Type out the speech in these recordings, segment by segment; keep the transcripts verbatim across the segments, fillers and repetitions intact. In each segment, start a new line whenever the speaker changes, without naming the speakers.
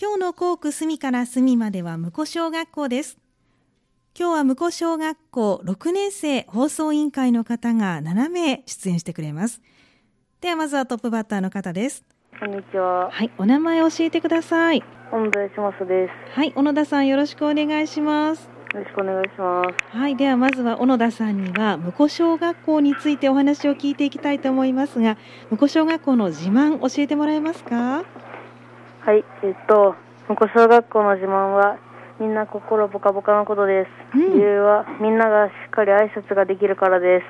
今日の校区隅から隅までは婿小学校です。今日は婿小学校ろくねん生放送委員会の方がなな名出演してくれます。ではまずはトップバッターの方です。
こんにちは。
はい、お名前を教えてください。
小野田義正です。
はい、小野田さんよろしくお願いします。
よろしくお願いします。
はい、ではまずは小野田さんには婿小学校についてお話を聞いていきたいと思いますが、婿小学校の自慢教えてもらえますか？
はい、えっと婿小学校の自慢はみんな心ボカボカのことです、うん、理由はみんながしっかり挨拶ができるからです。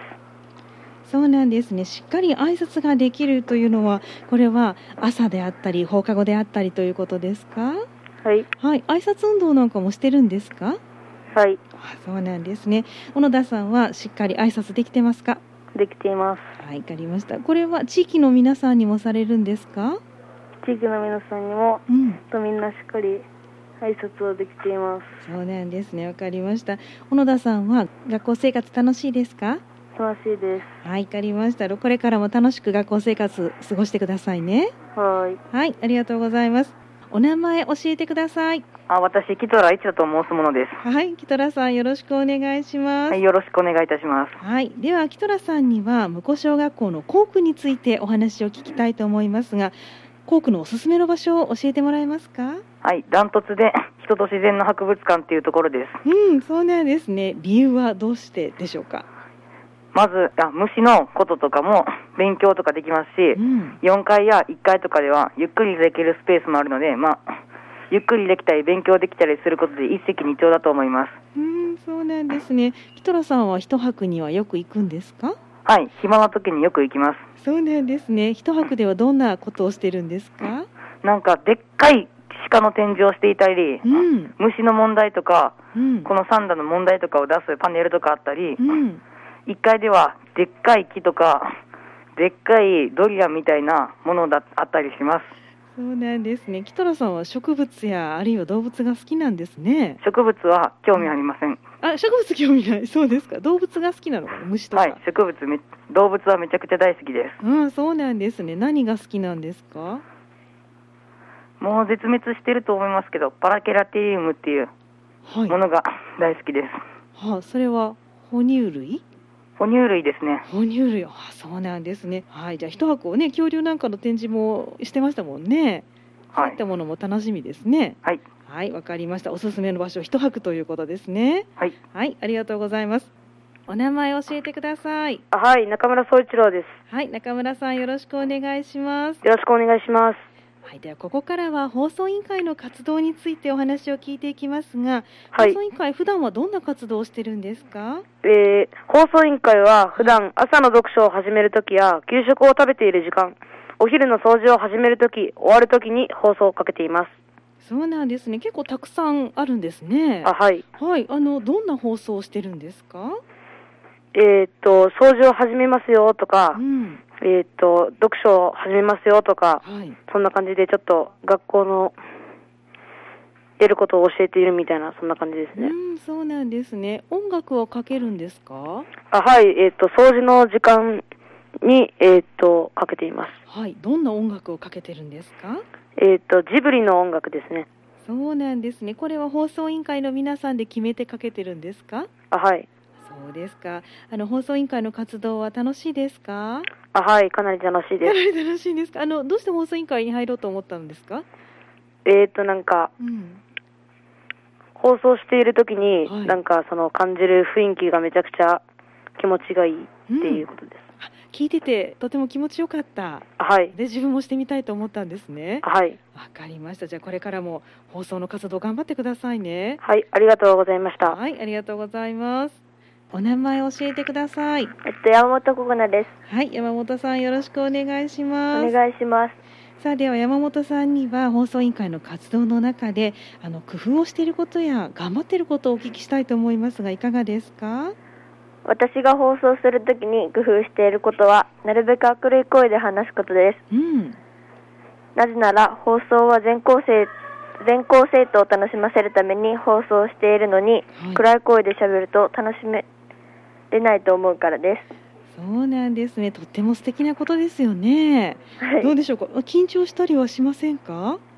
そうなんですね。しっかり挨拶ができるというのは、これは朝であったり放課後であったりということですか？
はい、
はい、挨拶運動なんかもしてるんですか？
はい。
あ、そうなんですね。小野田さんはしっかり挨拶できてますか？
できています。
はい、わかりました。これは地域の皆さんにもされるんですか？
地域の皆さんにも、うん、とみんなしっかり挨拶をできています。
そうなんですね。わかりました。小野田さんは学校生活楽しいですか？
楽しいです。
はい、わかりました。これからも楽しく学校生活過ごしてくださいね。
はい。
はい、ありがとうございます。お名前教えてください。
あ、私、キトラ一田と申すものです。
はい、キトラさんよろしくお願いします。
はい、よろしくお願いいたします。
はい、ではキトラさんには婿小学校の校区についてお話を聞きたいと思いますが、校区のおすすめの場所を教えてもらえますか？
はい、ダントツで人と自然の博物館っていうところです。
うん、そうなんですね。理由はどうしてでしょうか？
まずあ虫のこととかも勉強とかできますし、うん、よんかいやいっかいとかではゆっくりできるスペースもあるので、まあ、ゆっくりできたり勉強できたりすることで一石二鳥だと思います。
うん、そうなんですね。キトラさんは一泊にはよく行くんですか？
はい、暇な時によく行きます。
そうなんですね。一泊ではどんなことをしてるんですか？
なんかでっかい鹿の展示をしていたり、うん、虫の問題とか、うん、このサンダの問題とかを出すパネルとかあったり、うん、いっかいではでっかい木とかでっかいドリアンみたいなものだあったりします。
そうなんですね。キトラさんは植物やあるいは動物が好きなんですね。
植物は興味ありません。
あ、植物興味ない。そうですか。動物が好きなのかな、虫とか。
はい、植物め動物はめちゃくちゃ大好きです。
うん、そうなんですね。何が好きなんですか？
もう絶滅してると思いますけど、パラケラテリウムっていうものが大好きです。
はい、はあ、それは哺乳類？
哺乳類ですね。
哺乳類、あ、そうなんですね。はい、じゃあ一箱をね、恐竜なんかの展示もしてましたもんね。はい、そういったものも楽しみですね。
はい。
はい、わかりました。おすすめの場所一泊ということですね。
はい。
はい、ありがとうございます。お名前教えてください。
あ、はい、中村総一郎です。
はい、中村さんよろしくお願いします。
よろしくお願いします。
はい、ではここからは放送委員会の活動についてお話を聞いていきますが、はい、放送委員会普段はどんな活動をしてるんですか？
えー、放送委員会は普段朝の読書を始めるときや給食を食べている時間、お昼の掃除を始めるとき、終わるときに放送をかけています。
そうなんですね。結構たくさんあるんですね。
あ、はい。
はい、あのどんな放送をしてるんですか？
えー、っと掃除を始めますよとか、うん、えー、っと読書を始めますよとか、はい、そんな感じでちょっと学校の得ることを教えているみたいな、そんな感じですね。
うん、そうなんですね。音楽をかけるんですか？
あ、はい、えー、っと掃除の時間にえー、っとかけています。
はい、どんな音楽をかけてるんですか？
えー、っとジブリの音楽ですね。
そうなんですね。これは放送委員会の皆さんで決めてかけてるんですか？
あ、はい。
そうですか。あの放送委員会の活動は楽しいですか？
あ、はい、かなり楽しいです。
かなり楽しいんですか？あのどうして放送委員会に入ろうと思ったんですか？
えー、っとなんか、うん、放送している時に、はい、なんかその感じる雰囲気がめちゃくちゃ気持ちがいいっていうことです。
うん、聞いててとても気持ちよかった。
はい。
で自分もしてみたいと思ったんですね。
はい。
わかりました。じゃあこれからも放送の活動頑張ってくださいね。
はい、ありがとうございました。
はい、ありがとうございます。お名前教えてください。
えっと山本ここなです。
はい、山本さんよろしくお願いします。
お願いします。
さあでは山本さんには放送委員会の活動の中であの工夫をしていることや頑張っていることをお聞きしたいと思いますが、いかがですか？
私が放送するときに工夫していることはなるべく明るい声で話すことです。うん、なぜなら放送は全校生全校生徒を楽しませるために放送しているのに、はい、暗い声で喋ると楽しめれないと思うからです。
そうなんですね。とっても素敵なことですよね。はい、どうでしょうか。緊張したりはしませんか？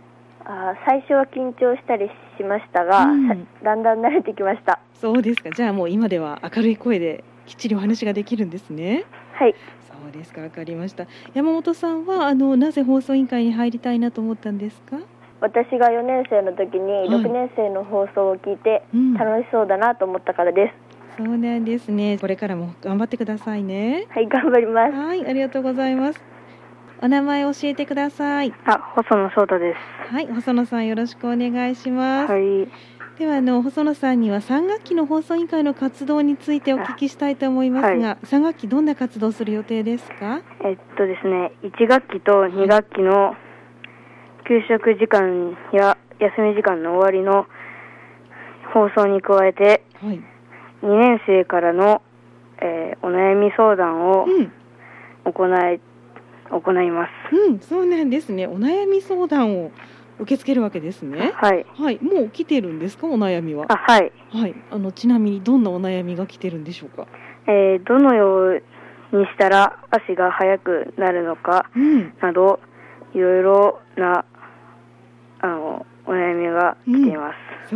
あ最初は緊張したりしましたが、うん、だんだん慣れてきました。
そうですか。じゃあもう今では明るい声できっちりお話ができるんですね。
はい。
そうですか、わかりました。山本さんはあのなぜ放送委員会に入りたいなと思ったんですか？
私がよねん生の時にろくねん生の放送を聞いて楽しそうだなと思ったからです。
うん、そうなんですね。これからも頑張ってくださいね。
はい、頑張ります。
はい、ありがとうございます。お名前教えてください。
あ、細野翔太です。
はい、細野さんよろしくお願いします。
はい。
ではあの細野さんにはさん学期の放送委員会の活動についてお聞きしたいと思いますが、はい、さん学期どんな活動をする予定ですか？
えっとですね、いち学期とに学期の給食時間や休み時間の終わりの放送に加えて、はい、にねん生からの、えー、お悩み相談を行い、うん、行います。
うん、そうなんですね。お悩み相談を受け付けるわけですね。
はい。
はい。もう来てるんですか、お悩みは？
あ、はい。
はい。あのちなみにどんなお悩みが来てるんでしょうか？
えー、どのようにしたら足が速くなるのか、うん、などいろいろなあのお悩みが来ています、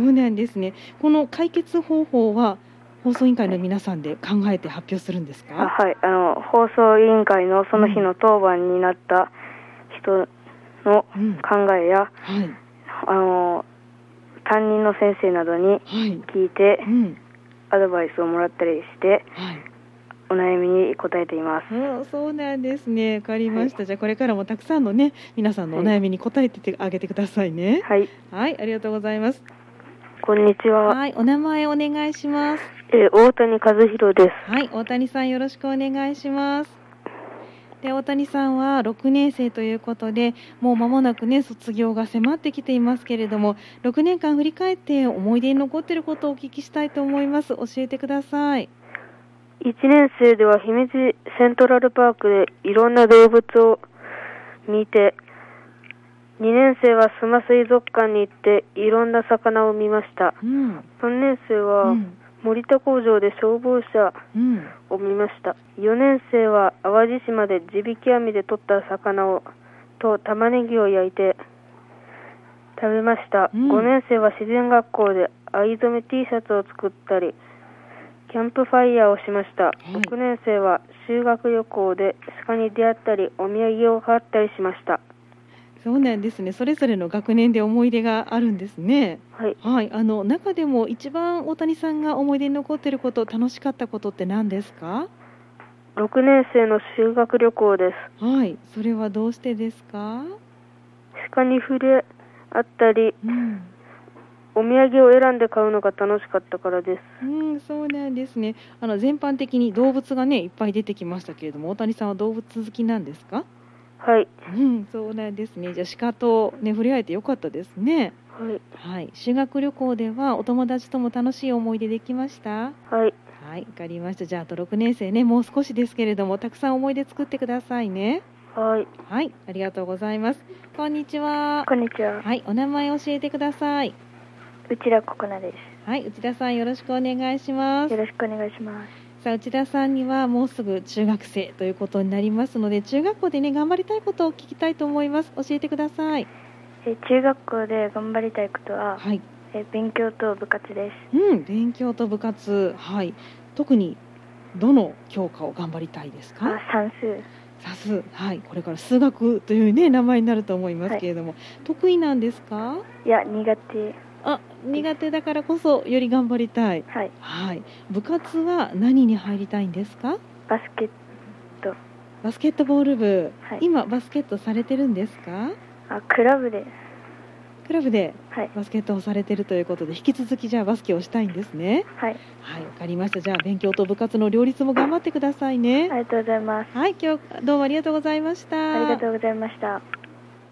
うん。そうなんですね。この解決方法は放送委員会の皆さんで考えて発表するんですか？
あ、はい。あの放送委員会のその日の当番になった人の考えや、うんはい、あの担任の先生などに聞いて、はいうん、アドバイスをもらったりして、はい、お悩みに答えています。
うん、そうなんですね。わかりました、はい、じゃあこれからもたくさんのね皆さんのお悩みに答えてあげてくださいね。
はい、
はい、ありがとうございます。
こんにちは。
はい、お名前お願いします。
えー、大谷和弘です。
はい、大谷さんよろしくお願いします。で、大谷さんはろくねん生ということで、もう間もなくね卒業が迫ってきていますけれども、ろくねんかん振り返って思い出に残っていることをお聞きしたいと思います。教えてください。
いちねん生では姫路セントラルパークでいろんな動物を見て、にねん生は須磨水族館に行っていろんな魚を見ました、うん、さんねん生は、うん森田工場で消防車を見ました、うん、よねん生は淡路島で地引き網で取った魚をと玉ねぎを焼いて食べました、うん、ごねん生は自然学校で藍染め T シャツを作ったりキャンプファイヤーをしました、はい、ろくねん生は修学旅行で鹿に出会ったりお土産を買ったりしました。
そうなんですね。それぞれの学年で思い出があるんですね。
はい。
はい。あの中でも一番大谷さんが思い出に残っていること、楽しかったことって何ですか？
ろくねん生の修学旅行です。
はい。それはどうしてですか？
鹿に触れ合ったり、うん、お土産を選んで買うのが楽しかったからです。
うん、そうなんですね。あの全般的に動物がねいっぱい出てきましたけれども、大谷さんは動物好きなんですか？
はい、
うん、そうなんですね。じゃあ鹿とね触れ合えてよかったですね。
はい、
はい。修学旅行ではお友達とも楽しい思い出できました？
はい、
はい、わかりました。じゃああとろくねん生ね、もう少しですけれどもたくさん思い出作ってくださいね。
はい、
はい、ありがとうございます。こんにちは。
こんにちは。
はい、お名前教えてください。
内田ここなです。
はい、内田さんよろしくお願いします。
よろしくお願いします。
さあ内田さんにはもうすぐ中学生ということになりますので、中学校でね頑張りたいことを聞きたいと思います。教えてください。
え中学校で頑張りたいことは、はい、え勉強と部活です。
うん、勉強と部活、はい。特にどの教科を頑張りたいですか？
あ、算数。
算数、はい。これから数学というね名前になると思いますけれども、はい、得意なんですか？
いや、苦手。
あ、苦手だからこそより頑張りたい。
はい。
はい。部活は何に入りたいんですか？
バスケット。
バスケットボール部。
はい、
今バスケットされてるんですか？
あ、クラブで。
クラブでバスケットをされてるということで、はい、引き続きじゃあバスケをしたいんですね。
はい。
はい、わかりました。じゃあ勉強と部活の両立も頑張ってくださいね。
ありがとうございます。
はい、今日どうもありがとうございました。
ありがとうございました。